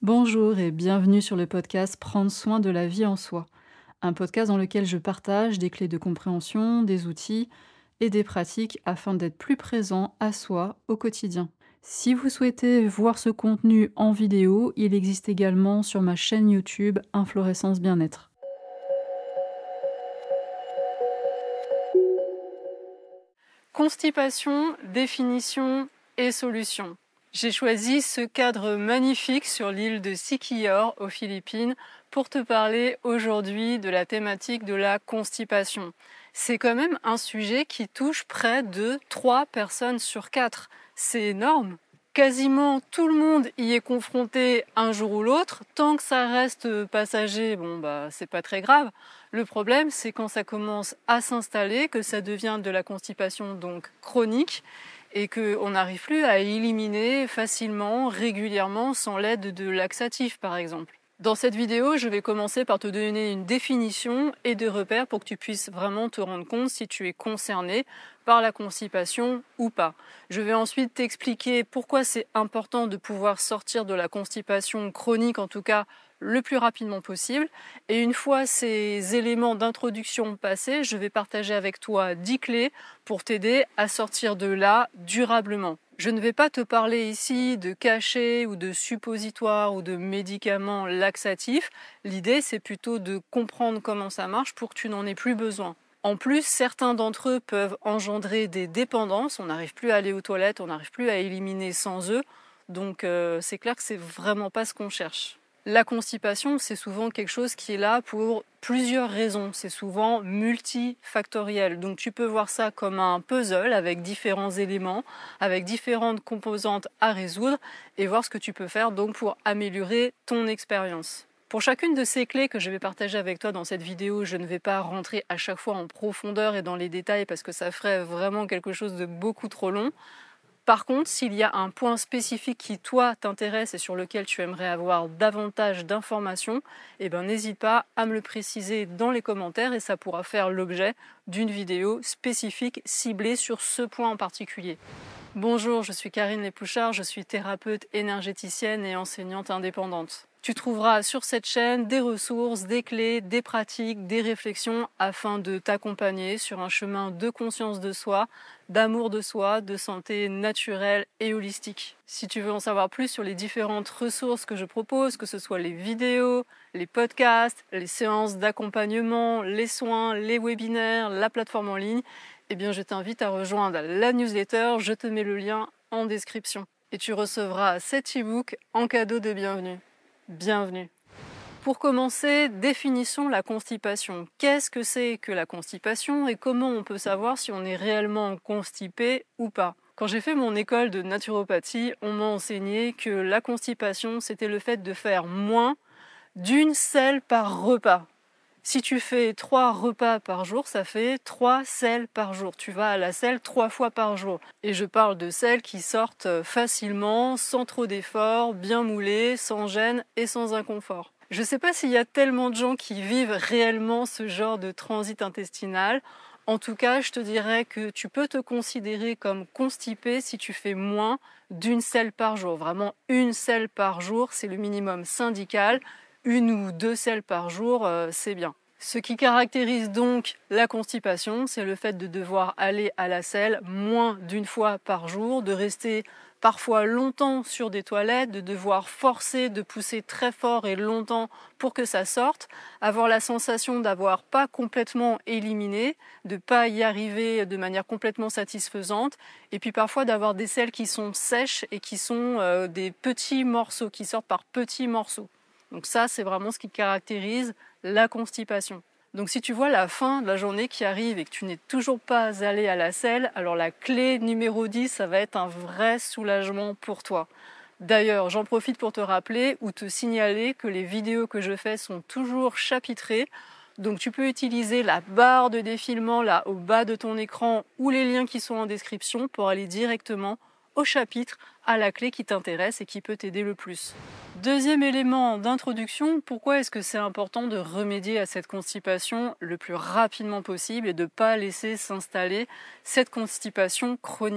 Bonjour et bienvenue sur le podcast Prendre soin de la vie en soi, un podcast dans lequel je partage des clés de compréhension, des outils et des pratiques afin d'être plus présent à soi au quotidien. Si vous souhaitez voir ce contenu en vidéo, il existe également sur ma chaîne YouTube Inflorescence Bien-être. Constipation, définition et solution. J'ai choisi ce cadre magnifique sur l'île de Siquijor aux Philippines pour te parler aujourd'hui de la thématique de la constipation. C'est quand même un sujet qui touche près de 3 personnes sur 4. C'est énorme. Quasiment tout le monde y est confronté un jour ou l'autre. Tant que ça reste passager, c'est pas très grave. Le problème, c'est quand ça commence à s'installer, que ça devient de la constipation donc chronique et qu'on n'arrive plus à éliminer facilement, régulièrement, sans l'aide de laxatifs par exemple. Dans cette vidéo, je vais commencer par te donner une définition et des repères pour que tu puisses vraiment te rendre compte si tu es concerné par la constipation ou pas. Je vais ensuite t'expliquer pourquoi c'est important de pouvoir sortir de la constipation chronique, en tout cas le plus rapidement possible. Et une fois ces éléments d'introduction passés, je vais partager avec toi 10 clés pour t'aider à sortir de là durablement. Je ne vais pas te parler ici de cachets ou de suppositoires ou de médicaments laxatifs. L'idée, c'est plutôt de comprendre comment ça marche pour que tu n'en aies plus besoin. En plus, certains d'entre eux peuvent engendrer des dépendances. On n'arrive plus à aller aux toilettes, on n'arrive plus à éliminer sans eux. Donc c'est clair que c'est vraiment pas ce qu'on cherche. La constipation, c'est souvent quelque chose qui est là pour plusieurs raisons. C'est souvent multifactoriel. Donc tu peux voir ça comme un puzzle avec différents éléments, avec différentes composantes à résoudre et voir ce que tu peux faire donc pour améliorer ton expérience. Pour chacune de ces clés que je vais partager avec toi dans cette vidéo, je ne vais pas rentrer à chaque fois en profondeur et dans les détails parce que ça ferait vraiment quelque chose de beaucoup trop long. Par contre, s'il y a un point spécifique qui, toi, t'intéresse et sur lequel tu aimerais avoir davantage d'informations, n'hésite pas à me le préciser dans les commentaires et ça pourra faire l'objet d'une vidéo spécifique ciblée sur ce point en particulier. Bonjour, je suis Karine Lépouchard, je suis thérapeute énergéticienne et enseignante indépendante. Tu trouveras sur cette chaîne des ressources, des clés, des pratiques, des réflexions afin de t'accompagner sur un chemin de conscience de soi, d'amour de soi, de santé naturelle et holistique. Si tu veux en savoir plus sur les différentes ressources que je propose, que ce soit les vidéos, les podcasts, les séances d'accompagnement, les soins, les webinaires, la plateforme en ligne, je t'invite à rejoindre la newsletter, je te mets le lien en description. Et tu recevras cet e-book en cadeau de bienvenue. Bienvenue. Pour commencer, définissons la constipation. Qu'est-ce que c'est que la constipation et comment on peut savoir si on est réellement constipé ou pas? Quand j'ai fait mon école de naturopathie, on m'a enseigné que la constipation, c'était le fait de faire moins d'une selle par repas. Si tu fais 3 repas par jour, ça fait 3 selles par jour. Tu vas à la selle 3 fois par jour. Et je parle de selles qui sortent facilement, sans trop d'efforts, bien moulées, sans gêne et sans inconfort. Je ne sais pas s'il y a tellement de gens qui vivent réellement ce genre de transit intestinal. En tout cas, je te dirais que tu peux te considérer comme constipé si tu fais moins d'une selle par jour. Vraiment, une selle par jour, c'est le minimum syndical. 1 ou 2 selles par jour, c'est bien. Ce qui caractérise donc la constipation, c'est le fait de devoir aller à la selle moins d'une fois par jour, de rester parfois longtemps sur des toilettes, de devoir forcer, de pousser très fort et longtemps pour que ça sorte, avoir la sensation d'avoir pas complètement éliminé, de pas y arriver de manière complètement satisfaisante, et puis parfois d'avoir des selles qui sont sèches et qui sont des petits morceaux, qui sortent par petits morceaux. Donc ça, c'est vraiment ce qui caractérise la constipation. Donc si tu vois la fin de la journée qui arrive et que tu n'es toujours pas allé à la selle, alors la clé numéro 10, ça va être un vrai soulagement pour toi. D'ailleurs, j'en profite pour te rappeler ou te signaler que les vidéos que je fais sont toujours chapitrées. Donc tu peux utiliser la barre de défilement là au bas de ton écran ou les liens qui sont en description pour aller directement au chapitre, à la clé qui t'intéresse et qui peut t'aider le plus. Deuxième élément d'introduction, pourquoi est-ce que c'est important de remédier à cette constipation le plus rapidement possible et de ne pas laisser s'installer cette constipation chronique?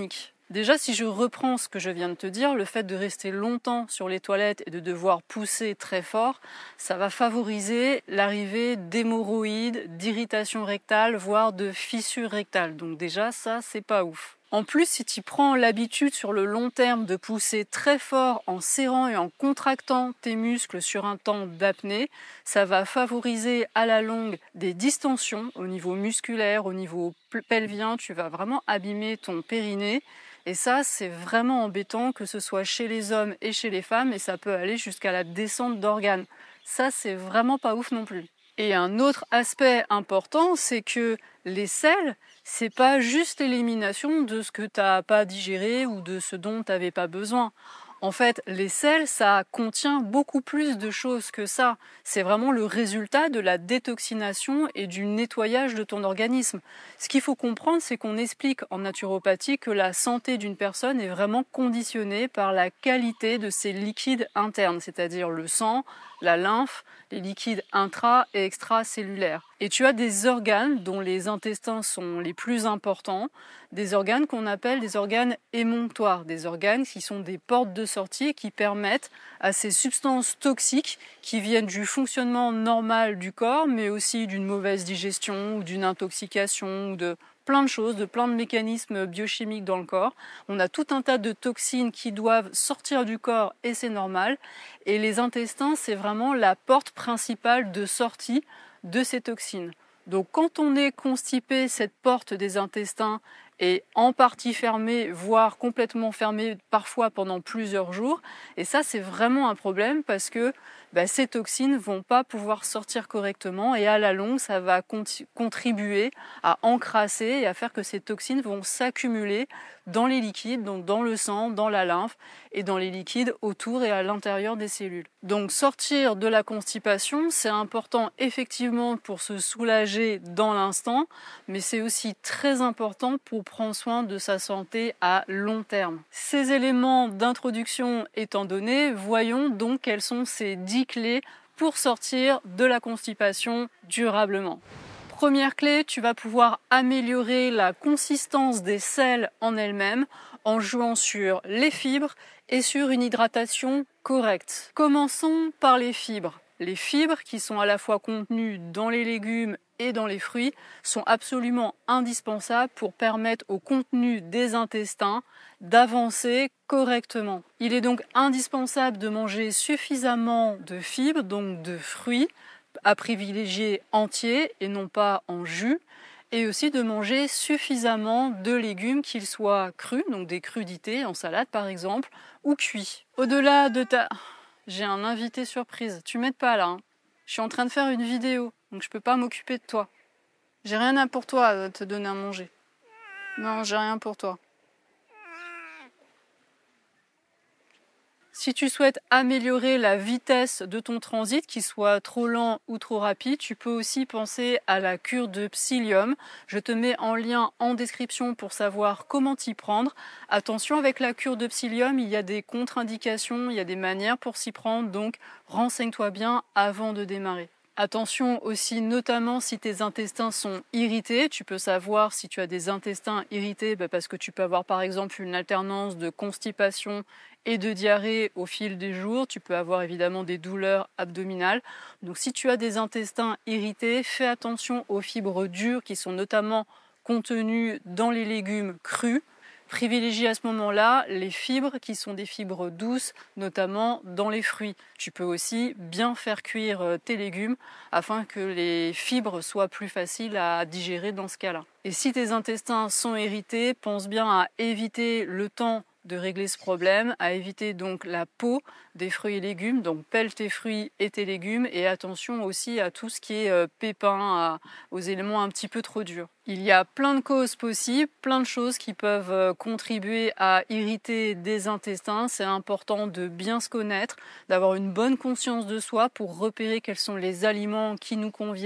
Déjà, si je reprends ce que je viens de te dire, le fait de rester longtemps sur les toilettes et de devoir pousser très fort, ça va favoriser l'arrivée d'hémorroïdes, d'irritations rectales, voire de fissures rectales. Donc déjà, ça, c'est pas ouf. En plus, si tu prends l'habitude sur le long terme de pousser très fort en serrant et en contractant tes muscles sur un temps d'apnée, ça va favoriser à la longue des distensions au niveau musculaire, au niveau pelvien. Tu vas vraiment abîmer ton périnée. Et ça, c'est vraiment embêtant, que ce soit chez les hommes et chez les femmes, et ça peut aller jusqu'à la descente d'organes. Ça, c'est vraiment pas ouf non plus. Et un autre aspect important, c'est que les selles, c'est pas juste l'élimination de ce que tu n'as pas digéré ou de ce dont tu n'avais pas besoin. En fait, les selles, ça contient beaucoup plus de choses que ça. C'est vraiment le résultat de la détoxination et du nettoyage de ton organisme. Ce qu'il faut comprendre, c'est qu'on explique en naturopathie que la santé d'une personne est vraiment conditionnée par la qualité de ses liquides internes, c'est-à-dire le sang, la lymphe, les liquides intra- et extracellulaires. Et tu as des organes dont les intestins sont les plus importants, des organes qu'on appelle des organes émonctoires, des organes qui sont des portes de sortie et qui permettent à ces substances toxiques qui viennent du fonctionnement normal du corps, mais aussi d'une mauvaise digestion ou d'une intoxication ou de plein de choses, de plein de mécanismes biochimiques dans le corps. On a tout un tas de toxines qui doivent sortir du corps et c'est normal. Et les intestins, c'est vraiment la porte principale de sortie de ces toxines. Donc quand on est constipé, cette porte des intestins est en partie fermée, voire complètement fermée, parfois pendant plusieurs jours. Et ça, c'est vraiment un problème parce que ces toxines ne vont pas pouvoir sortir correctement et à la longue, ça va contribuer à encrasser et à faire que ces toxines vont s'accumuler dans les liquides, donc dans le sang, dans la lymphe et dans les liquides autour et à l'intérieur des cellules. Donc sortir de la constipation, c'est important effectivement pour se soulager dans l'instant, mais c'est aussi très important pour prendre soin de sa santé à long terme. Ces éléments d'introduction étant donnés, voyons donc quelles sont ces 10 clés pour sortir de la constipation durablement. Première clé, tu vas pouvoir améliorer la consistance des selles en elles-mêmes en jouant sur les fibres et sur une hydratation correcte. Commençons par les fibres. Les fibres qui sont à la fois contenues dans les légumes et dans les fruits sont absolument indispensables pour permettre au contenu des intestins d'avancer correctement. Il est donc indispensable de manger suffisamment de fibres, donc de fruits, à privilégier entiers et non pas en jus, et aussi de manger suffisamment de légumes, qu'ils soient crus, donc des crudités en salade par exemple, ou cuits. Au-delà de ta... J'ai un invité surprise, tu m'aides pas là, hein. Je suis en train de faire une vidéo, donc je peux pas m'occuper de toi. J'ai rien pour toi à te donner à manger. Non, j'ai rien pour toi. Si tu souhaites améliorer la vitesse de ton transit, qu'il soit trop lent ou trop rapide, tu peux aussi penser à la cure de psyllium. Je te mets en lien en description pour savoir comment t'y prendre. Attention, avec la cure de psyllium, il y a des contre-indications, il y a des manières pour s'y prendre, donc renseigne-toi bien avant de démarrer. Attention aussi, notamment si tes intestins sont irrités, tu peux savoir si tu as des intestins irrités parce que tu peux avoir par exemple une alternance de constipation et de diarrhée au fil des jours. Tu peux avoir évidemment des douleurs abdominales. Donc si tu as des intestins irrités, fais attention aux fibres dures qui sont notamment contenues dans les légumes crus. Privilégie à ce moment-là les fibres qui sont des fibres douces, notamment dans les fruits. Tu peux aussi bien faire cuire tes légumes afin que les fibres soient plus faciles à digérer dans ce cas-là. Et si tes intestins sont irrités, pense bien à éviter le temps de régler ce problème, à éviter donc la peau des fruits et légumes, donc pèle tes fruits et tes légumes et attention aussi à tout ce qui est pépins, aux éléments un petit peu trop durs. Il y a plein de causes possibles, plein de choses qui peuvent contribuer à irriter des intestins. C'est important de bien se connaître, d'avoir une bonne conscience de soi pour repérer quels sont les aliments qui nous conviennent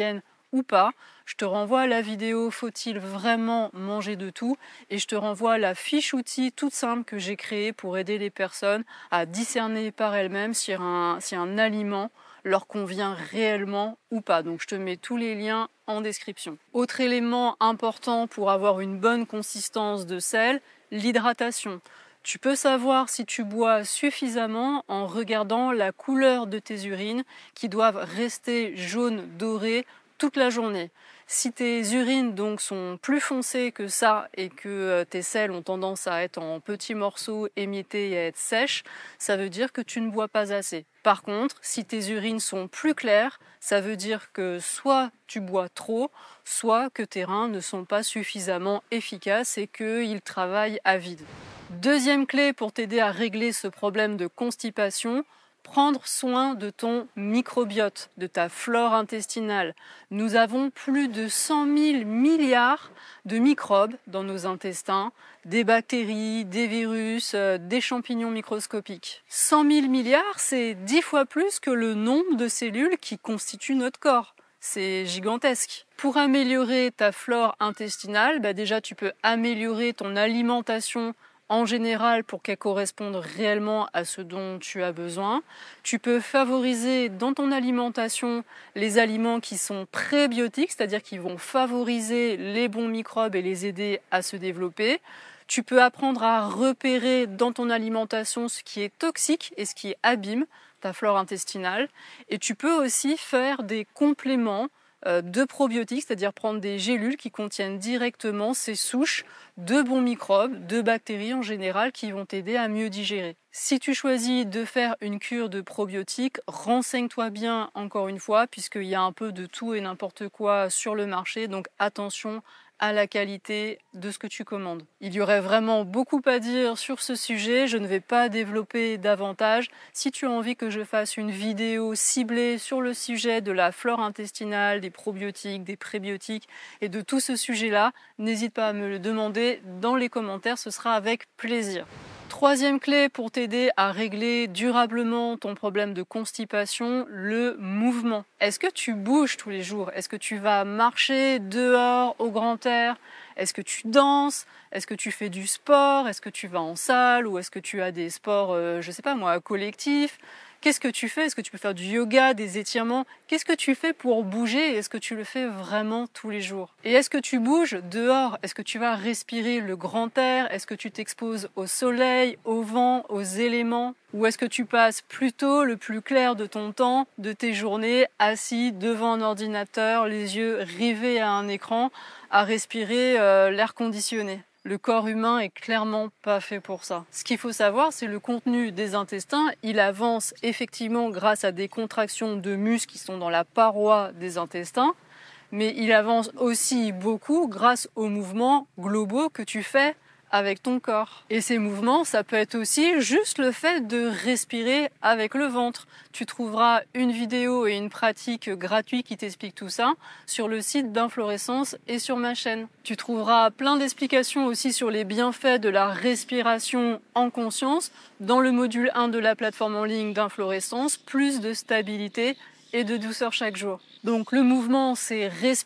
ou pas. Je te renvoie à la vidéo faut-il vraiment manger de tout et je te renvoie à la fiche outil toute simple que j'ai créée pour aider les personnes à discerner par elles-mêmes si un aliment leur convient réellement ou pas. Donc je te mets tous les liens en description. Autre élément important pour avoir une bonne consistance de sel, l'hydratation. Tu peux savoir si tu bois suffisamment en regardant la couleur de tes urines qui doivent rester jaunes dorées toute la journée. Si tes urines donc sont plus foncées que ça et que tes selles ont tendance à être en petits morceaux émiettés et à être sèches, ça veut dire que tu ne bois pas assez. Par contre, si tes urines sont plus claires, ça veut dire que soit tu bois trop, soit que tes reins ne sont pas suffisamment efficaces et qu'ils travaillent à vide. Deuxième clé pour t'aider à régler ce problème de constipation, prendre soin de ton microbiote, de ta flore intestinale. Nous avons plus de 100 000 milliards de microbes dans nos intestins, des bactéries, des virus, des champignons microscopiques. 100 000 milliards, c'est 10 fois plus que le nombre de cellules qui constituent notre corps. C'est gigantesque. Pour améliorer ta flore intestinale, déjà tu peux améliorer ton alimentation en général pour qu'elle corresponde réellement à ce dont tu as besoin. Tu peux favoriser dans ton alimentation les aliments qui sont prébiotiques, c'est-à-dire qui vont favoriser les bons microbes et les aider à se développer. Tu peux apprendre à repérer dans ton alimentation ce qui est toxique et ce qui abîme ta flore intestinale. Et tu peux aussi faire des compléments de probiotiques, c'est-à-dire prendre des gélules qui contiennent directement ces souches de bons microbes, de bactéries en général qui vont t'aider à mieux digérer. Si tu choisis de faire une cure de probiotiques, renseigne-toi bien encore une fois puisqu'il y a un peu de tout et n'importe quoi sur le marché, donc attention à la qualité de ce que tu commandes. Il y aurait vraiment beaucoup à dire sur ce sujet, je ne vais pas développer davantage. Si tu as envie que je fasse une vidéo ciblée sur le sujet de la flore intestinale, des probiotiques, des prébiotiques et de tout ce sujet-là, n'hésite pas à me le demander dans les commentaires, ce sera avec plaisir. Troisième clé pour t'aider à régler durablement ton problème de constipation, le mouvement. Est-ce que tu bouges tous les jours? Est-ce que tu vas marcher dehors au grand air? Est-ce que tu danses? Est-ce que tu fais du sport? Est-ce que tu vas en salle? Ou est-ce que tu as des sports, je sais pas moi, collectifs? Qu'est-ce que tu fais? Est-ce que tu peux faire du yoga, des étirements? Qu'est-ce que tu fais pour bouger? Est-ce que tu le fais vraiment tous les jours? Et est-ce que tu bouges dehors? Est-ce que tu vas respirer le grand air? Est-ce que tu t'exposes au soleil, au vent, aux éléments? Ou est-ce que tu passes plutôt le plus clair de ton temps, de tes journées, assis devant un ordinateur, les yeux rivés à un écran, à respirer l'air conditionné? Le corps humain est clairement pas fait pour ça. Ce qu'il faut savoir, c'est le contenu des intestins. Il avance effectivement grâce à des contractions de muscles qui sont dans la paroi des intestins, mais il avance aussi beaucoup grâce aux mouvements globaux que tu fais avec ton corps. Et ces mouvements, ça peut être aussi juste le fait de respirer avec le ventre. Tu trouveras une vidéo et une pratique gratuite qui t'explique tout ça sur le site d'Inflorescence et sur ma chaîne. Tu trouveras plein d'explications aussi sur les bienfaits de la respiration en conscience dans le module 1 de la plateforme en ligne d'Inflorescence, plus de stabilité et de douceur chaque jour. Donc le mouvement, c'est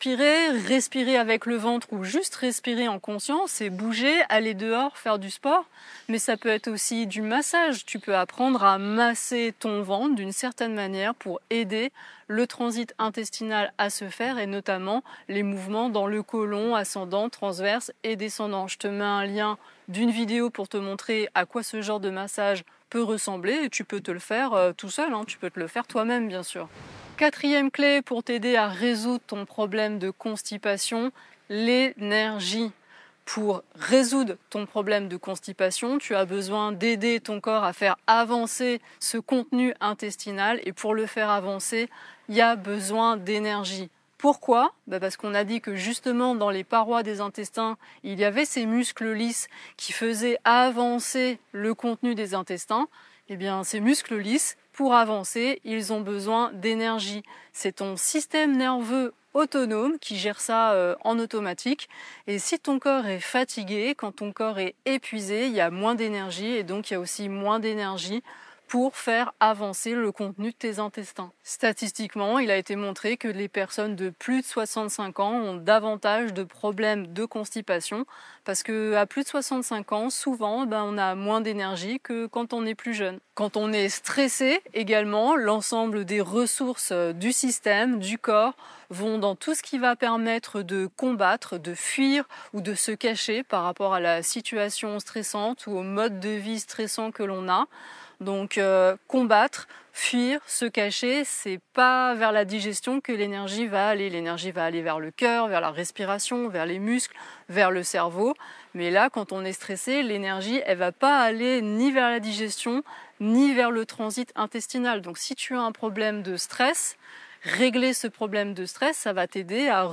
respirer avec le ventre ou juste respirer en conscience, c'est bouger, aller dehors, faire du sport. Mais ça peut être aussi du massage. Tu peux apprendre à masser ton ventre d'une certaine manière pour aider le transit intestinal à se faire et notamment les mouvements dans le côlon, ascendant, transverse et descendant. Je te mets un lien d'une vidéo pour te montrer à quoi ce genre de massage peut ressembler et tu peux te le faire tout seul, tu peux te le faire toi-même bien sûr. Quatrième clé pour t'aider à résoudre ton problème de constipation, l'énergie. Pour résoudre ton problème de constipation, tu as besoin d'aider ton corps à faire avancer ce contenu intestinal et pour le faire avancer, il y a besoin d'énergie. Pourquoi? Parce qu'on a dit que justement dans les parois des intestins, il y avait ces muscles lisses qui faisaient avancer le contenu des intestins. Eh bien, ces muscles lisses, pour avancer, ils ont besoin d'énergie. C'est ton système nerveux autonome qui gère ça en automatique. Et si ton corps est fatigué, quand ton corps est épuisé, il y a moins d'énergie et donc il y a aussi moins d'énergie pour faire avancer le contenu de tes intestins. Statistiquement, il a été montré que les personnes de plus de 65 ans ont davantage de problèmes de constipation parce qu'à plus de 65 ans, souvent, on a moins d'énergie que quand on est plus jeune. Quand on est stressé également, l'ensemble des ressources du système, du corps, vont dans tout ce qui va permettre de combattre, de fuir ou de se cacher par rapport à la situation stressante ou au mode de vie stressant que l'on a. Donc combattre, fuir, se cacher, c'est pas vers la digestion que l'énergie va aller. L'énergie va aller vers le cœur, vers la respiration, vers les muscles, vers le cerveau. Mais là, quand on est stressé, l'énergie, elle va pas aller ni vers la digestion, ni vers le transit intestinal. Donc si tu as un problème de stress, régler ce problème de stress, ça va t'aider à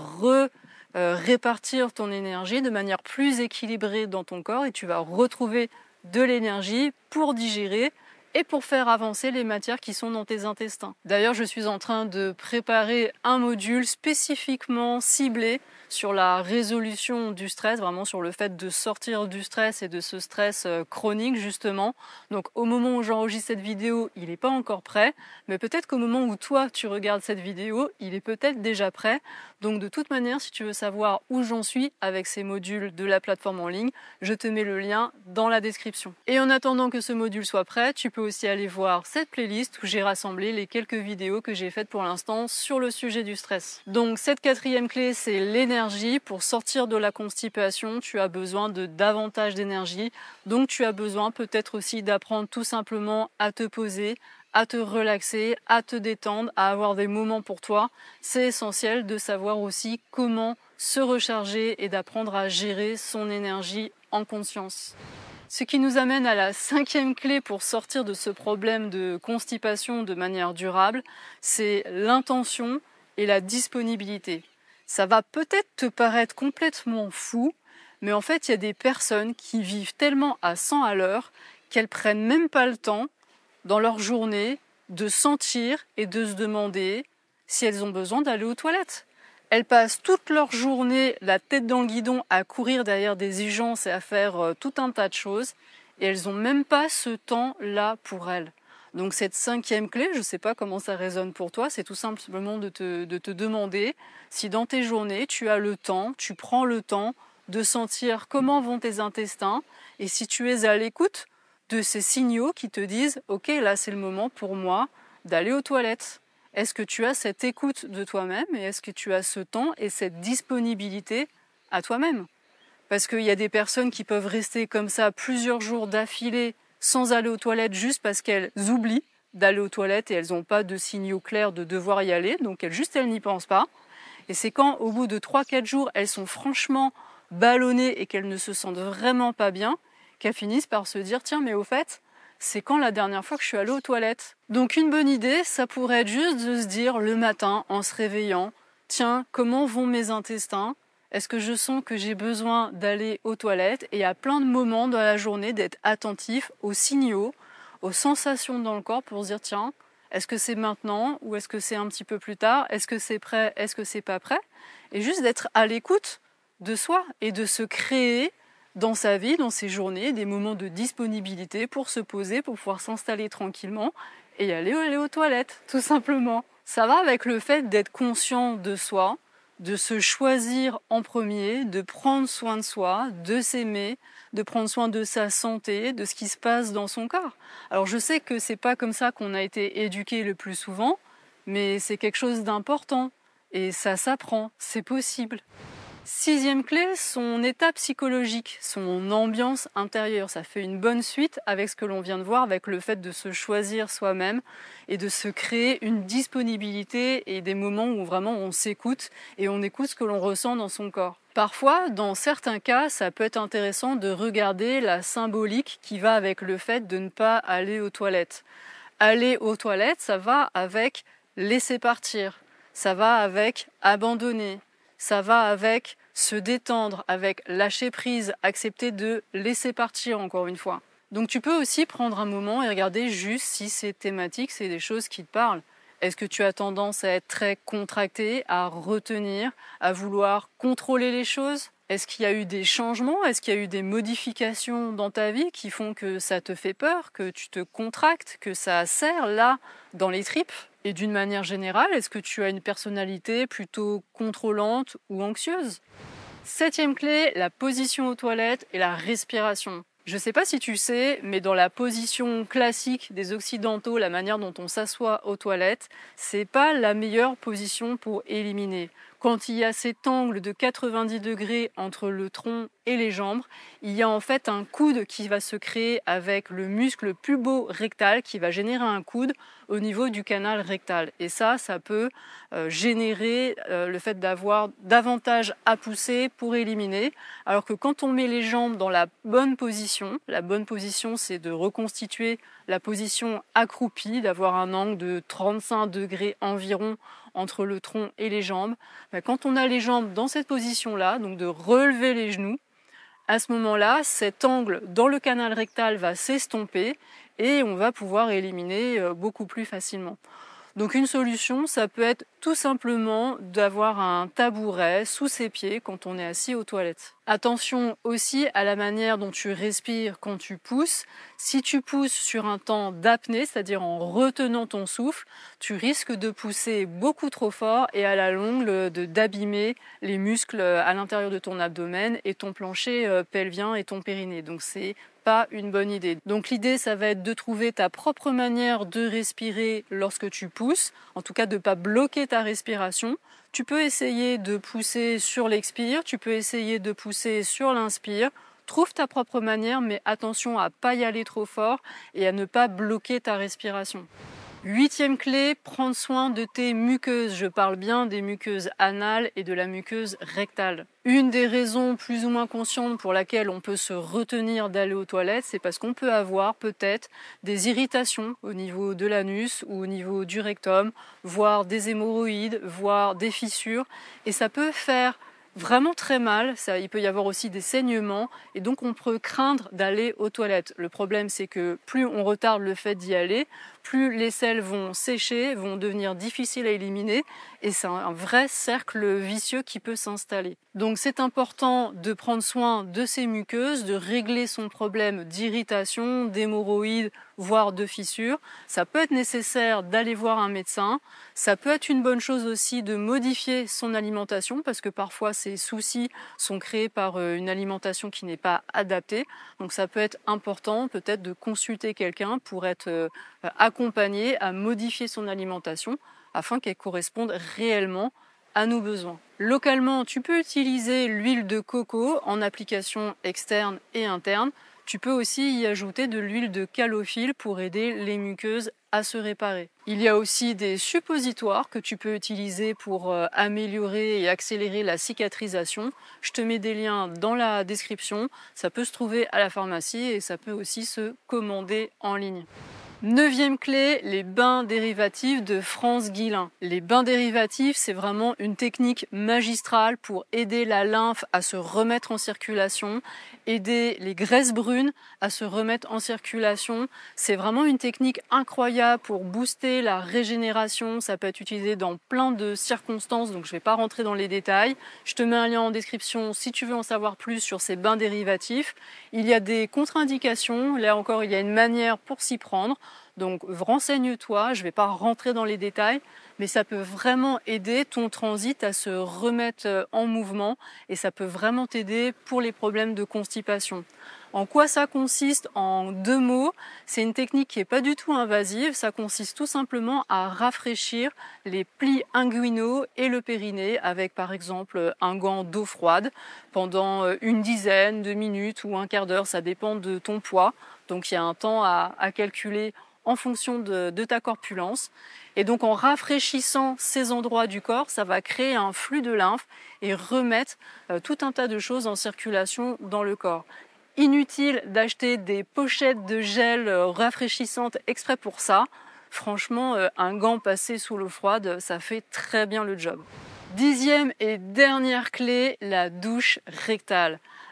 répartir ton énergie de manière plus équilibrée dans ton corps et tu vas retrouver de l'énergie pour digérer et pour faire avancer les matières qui sont dans tes intestins. D'ailleurs, je suis en train de préparer un module spécifiquement ciblé sur la résolution du stress, vraiment sur le fait de sortir du stress et de ce stress chronique justement. Donc au moment où j'enregistre cette vidéo, il n'est pas encore prêt, mais peut-être qu'au moment où toi tu regardes cette vidéo, il est peut-être déjà prêt. Donc de toute manière, si tu veux savoir où j'en suis avec ces modules de la plateforme en ligne, je te mets le lien dans la description. Et en attendant que ce module soit prêt, tu peux aussi aller voir cette playlist où j'ai rassemblé les quelques vidéos que j'ai faites pour l'instant sur le sujet du stress. Donc cette quatrième clé, c'est l'énergie. Pour sortir de la constipation, tu as besoin de davantage d'énergie. Donc tu as besoin peut-être aussi d'apprendre tout simplement à te poser, à te relaxer, à te détendre, à avoir des moments pour toi. C'est essentiel de savoir aussi comment se recharger et d'apprendre à gérer son énergie en conscience. Ce qui nous amène à la cinquième clé pour sortir de ce problème de constipation de manière durable, c'est l'intention et la disponibilité. Ça va peut-être te paraître complètement fou, mais en fait, il y a des personnes qui vivent tellement à 100 à l'heure qu'elles prennent même pas le temps dans leur journée de sentir et de se demander si elles ont besoin d'aller aux toilettes. Elles passent toute leur journée la tête dans le guidon à courir derrière des urgences et à faire tout un tas de choses et elles n'ont même pas ce temps-là pour elles. Donc cette cinquième clé, je ne sais pas comment ça résonne pour toi, c'est tout simplement de te demander si dans tes journées tu as le temps, tu prends le temps de sentir comment vont tes intestins et si tu es à l'écoute de ces signaux qui te disent « Ok, là c'est le moment pour moi d'aller aux toilettes ». Est-ce que tu as cette écoute de toi-même et est-ce que tu as ce temps et cette disponibilité à toi-même? Parce qu'il y a des personnes qui peuvent rester comme ça plusieurs jours d'affilée sans aller aux toilettes juste parce qu'elles oublient d'aller aux toilettes et elles n'ont pas de signaux clairs de devoir y aller, donc elles n'y pensent pas. Et c'est quand, au bout de 3-4 jours, elles sont franchement ballonnées et qu'elles ne se sentent vraiment pas bien, qu'elles finissent par se dire « Tiens, mais au fait, c'est quand la dernière fois que je suis allée aux toilettes ?» Donc une bonne idée, ça pourrait être juste de se dire le matin, en se réveillant, « Tiens, comment vont mes intestins ? Est-ce que je sens que j'ai besoin d'aller aux toilettes ?» Et à plein de moments dans la journée, d'être attentif aux signaux, aux sensations dans le corps pour se dire « Tiens, est-ce que c'est maintenant ou est-ce que c'est un petit peu plus tard ? Est-ce que c'est prêt ? Est-ce que c'est pas prêt ?» Et juste d'être à l'écoute de soi et de se créer dans sa vie, dans ses journées, des moments de disponibilité pour se poser, pour pouvoir s'installer tranquillement et aller aux toilettes, tout simplement. Ça va avec le fait d'être conscient de soi, de se choisir en premier, de prendre soin de soi, de s'aimer, de prendre soin de sa santé, de ce qui se passe dans son corps. Alors je sais que c'est pas comme ça qu'on a été éduqué le plus souvent, mais c'est quelque chose d'important et ça s'apprend, c'est possible. Sixième clé, son état psychologique, son ambiance intérieure. Ça fait une bonne suite avec ce que l'on vient de voir, avec le fait de se choisir soi-même et de se créer une disponibilité et des moments où vraiment on s'écoute et on écoute ce que l'on ressent dans son corps. Parfois, dans certains cas, ça peut être intéressant de regarder la symbolique qui va avec le fait de ne pas aller aux toilettes. Aller aux toilettes, ça va avec laisser partir, ça va avec abandonner. Ça va avec se détendre, avec lâcher prise, accepter de laisser partir encore une fois. Donc tu peux aussi prendre un moment et regarder juste si ces thématiques, c'est des choses qui te parlent. Est-ce que tu as tendance à être très contracté, à retenir, à vouloir contrôler les choses? Est-ce qu'il y a eu des changements? Est-ce qu'il y a eu des modifications dans ta vie qui font que ça te fait peur, que tu te contractes, que ça serre là, dans les tripes? Et d'une manière générale, est-ce que tu as une personnalité plutôt contrôlante ou anxieuse? Septième clé, la position aux toilettes et la respiration. Je ne sais pas si tu sais, mais dans la position classique des Occidentaux, la manière dont on s'assoit aux toilettes, c'est pas la meilleure position pour éliminer. Quand il y a cet angle de 90 degrés entre le tronc et les jambes, il y a en fait un coude qui va se créer avec le muscle pubo rectal qui va générer un coude au niveau du canal rectal. Et ça peut générer le fait d'avoir davantage à pousser pour éliminer. Alors que quand on met les jambes dans la bonne position c'est de reconstituer la position accroupie, d'avoir un angle de 35 degrés environ entre le tronc et les jambes. Quand on a les jambes dans cette position-là, donc de relever les genoux, à ce moment-là, cet angle dans le canal rectal va s'estomper et on va pouvoir éliminer beaucoup plus facilement. Donc une solution, ça peut être tout simplement d'avoir un tabouret sous ses pieds quand on est assis aux toilettes. Attention aussi à la manière dont tu respires quand tu pousses. Si tu pousses sur un temps d'apnée, c'est-à-dire en retenant ton souffle, tu risques de pousser beaucoup trop fort et à la longue d'abîmer les muscles à l'intérieur de ton abdomen et ton plancher pelvien et ton périnée. Donc c'est pas une bonne idée. Donc l'idée, ça va être de trouver ta propre manière de respirer lorsque tu pousses, en tout cas de ne pas bloquer ta respiration. Tu peux essayer de pousser sur l'expire, tu peux essayer de pousser sur l'inspire. Trouve ta propre manière, mais attention à ne pas y aller trop fort et à ne pas bloquer ta respiration. Huitième clé, prendre soin de tes muqueuses. Je parle bien des muqueuses anales et de la muqueuse rectale. Une des raisons plus ou moins conscientes pour laquelle on peut se retenir d'aller aux toilettes, c'est parce qu'on peut avoir peut-être des irritations au niveau de l'anus ou au niveau du rectum, voire des hémorroïdes, voire des fissures. Et ça peut faire vraiment très mal, il peut y avoir aussi des saignements et donc on peut craindre d'aller aux toilettes. Le problème c'est que plus on retarde le fait d'y aller, plus les selles vont sécher, vont devenir difficiles à éliminer et c'est un vrai cercle vicieux qui peut s'installer. Donc c'est important de prendre soin de ces muqueuses, de régler son problème d'irritation, d'hémorroïdes, voire de fissures. Ça peut être nécessaire d'aller voir un médecin. Ça peut être une bonne chose aussi de modifier son alimentation parce que parfois ces soucis sont créés par une alimentation qui n'est pas adaptée. Donc ça peut être important peut-être de consulter quelqu'un pour être accompagné à modifier son alimentation afin qu'elle corresponde réellement à nos besoins. Localement, tu peux utiliser l'huile de coco en application externe et interne. Tu peux aussi y ajouter de l'huile de calophylle pour aider les muqueuses à se réparer. Il y a aussi des suppositoires que tu peux utiliser pour améliorer et accélérer la cicatrisation. Je te mets des liens dans la description. Ça peut se trouver à la pharmacie et ça peut aussi se commander en ligne. Neuvième clé, les bains dérivatifs de France Guillain. Les bains dérivatifs, c'est vraiment une technique magistrale pour aider la lymphe à se remettre en circulation, aider les graisses brunes à se remettre en circulation. C'est vraiment une technique incroyable pour booster la régénération. Ça peut être utilisé dans plein de circonstances, donc je ne vais pas rentrer dans les détails. Je te mets un lien en description si tu veux en savoir plus sur ces bains dérivatifs. Il y a des contre-indications. Là encore, il y a une manière pour s'y prendre. Donc renseigne-toi, je ne vais pas rentrer dans les détails, mais ça peut vraiment aider ton transit à se remettre en mouvement et ça peut vraiment t'aider pour les problèmes de constipation. En quoi ça consiste? En 2 mots, c'est une technique qui n'est pas du tout invasive, ça consiste tout simplement à rafraîchir les plis inguinaux et le périnée avec par exemple un gant d'eau froide pendant une dizaine de minutes ou un quart d'heure, ça dépend de ton poids, donc il y a un temps à calculer en fonction de ta corpulence. Et donc en rafraîchissant ces endroits du corps, ça va créer un flux de lymphe et remettre tout un tas de choses en circulation dans le corps. Inutile d'acheter des pochettes de gel rafraîchissantes exprès pour ça. Franchement, un gant passé sous l'eau froide, ça fait très bien le job. 10e et dernière clé, la douche rectale.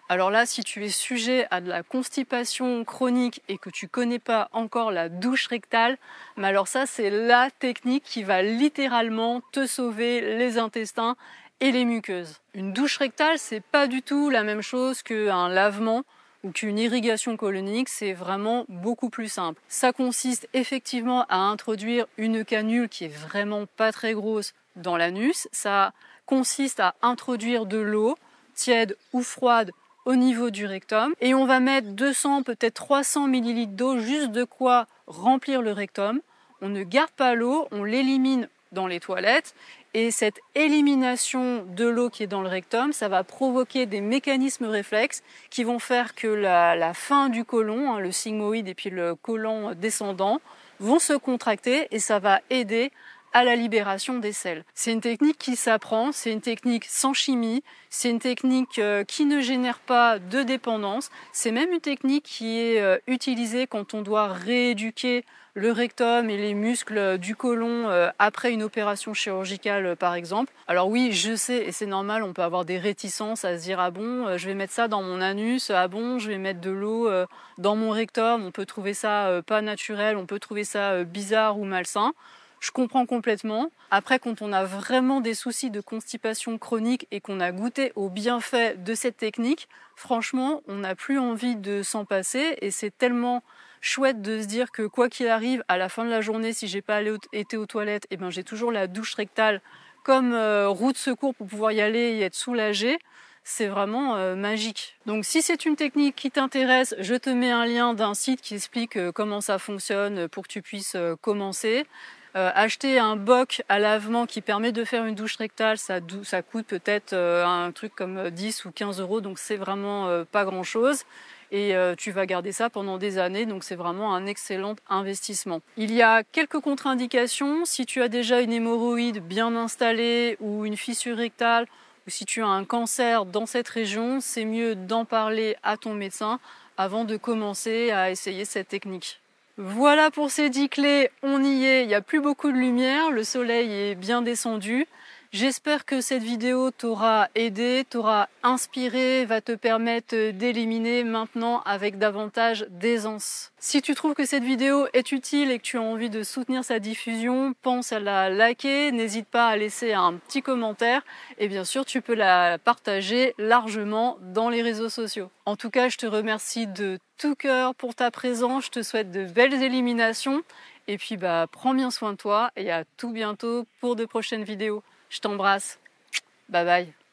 Alors là, si tu es sujet à de la constipation chronique et que tu connais pas encore la douche rectale, mais alors ça, c'est la technique qui va littéralement te sauver les intestins et les muqueuses. Une douche rectale, c'est pas du tout la même chose qu'un lavement ou qu'une irrigation colonique, c'est vraiment beaucoup plus simple. Ça consiste effectivement à introduire une canule qui est vraiment pas très grosse dans l'anus. Ça consiste à introduire de l'eau, tiède ou froide, au niveau du rectum. Et on va mettre 200, peut-être 300 ml d'eau, juste de quoi remplir le rectum. On ne garde pas l'eau, on l'élimine dans les toilettes. Et cette élimination de l'eau qui est dans le rectum, ça va provoquer des mécanismes réflexes qui vont faire que la fin du côlon, le sigmoïde et puis le côlon descendant, vont se contracter et ça va aider à la libération des selles. C'est une technique qui s'apprend, c'est une technique sans chimie, c'est une technique qui ne génère pas de dépendance, c'est même une technique qui est utilisée quand on doit rééduquer le rectum et les muscles du côlon après une opération chirurgicale par exemple. Alors oui, je sais et c'est normal, on peut avoir des réticences à se dire ah bon, je vais mettre ça dans mon anus, ah bon, je vais mettre de l'eau dans mon rectum, on peut trouver ça pas naturel, on peut trouver ça bizarre ou malsain. Je comprends complètement. Après, quand on a vraiment des soucis de constipation chronique et qu'on a goûté aux bienfaits de cette technique, franchement, on n'a plus envie de s'en passer et c'est tellement chouette de se dire que quoi qu'il arrive, à la fin de la journée, si j'ai pas été aux toilettes, eh ben, j'ai toujours la douche rectale comme roue de secours pour pouvoir y aller et être soulagée. C'est vraiment magique. Donc si c'est une technique qui t'intéresse, je te mets un lien d'un site qui explique comment ça fonctionne pour que tu puisses commencer. Acheter un boc à lavement qui permet de faire une douche rectale, ça coûte peut-être un truc comme 10 ou 15 euros, donc c'est vraiment pas grand-chose. Et tu vas garder ça pendant des années, donc c'est vraiment un excellent investissement. Il y a quelques contre-indications. Si tu as déjà une hémorroïde bien installée ou une fissure rectale, ou si tu as un cancer dans cette région, c'est mieux d'en parler à ton médecin avant de commencer à essayer cette technique. Voilà pour ces 10 clés, on y est, il n'y a plus beaucoup de lumière, le soleil est bien descendu. J'espère que cette vidéo t'aura aidé, t'aura inspiré, va te permettre d'éliminer maintenant avec davantage d'aisance. Si tu trouves que cette vidéo est utile et que tu as envie de soutenir sa diffusion, pense à la liker, n'hésite pas à laisser un petit commentaire et bien sûr tu peux la partager largement dans les réseaux sociaux. En tout cas, je te remercie de tout cœur pour ta présence, je te souhaite de belles éliminations et puis prends bien soin de toi et à tout bientôt pour de prochaines vidéos. Je t'embrasse. Bye bye.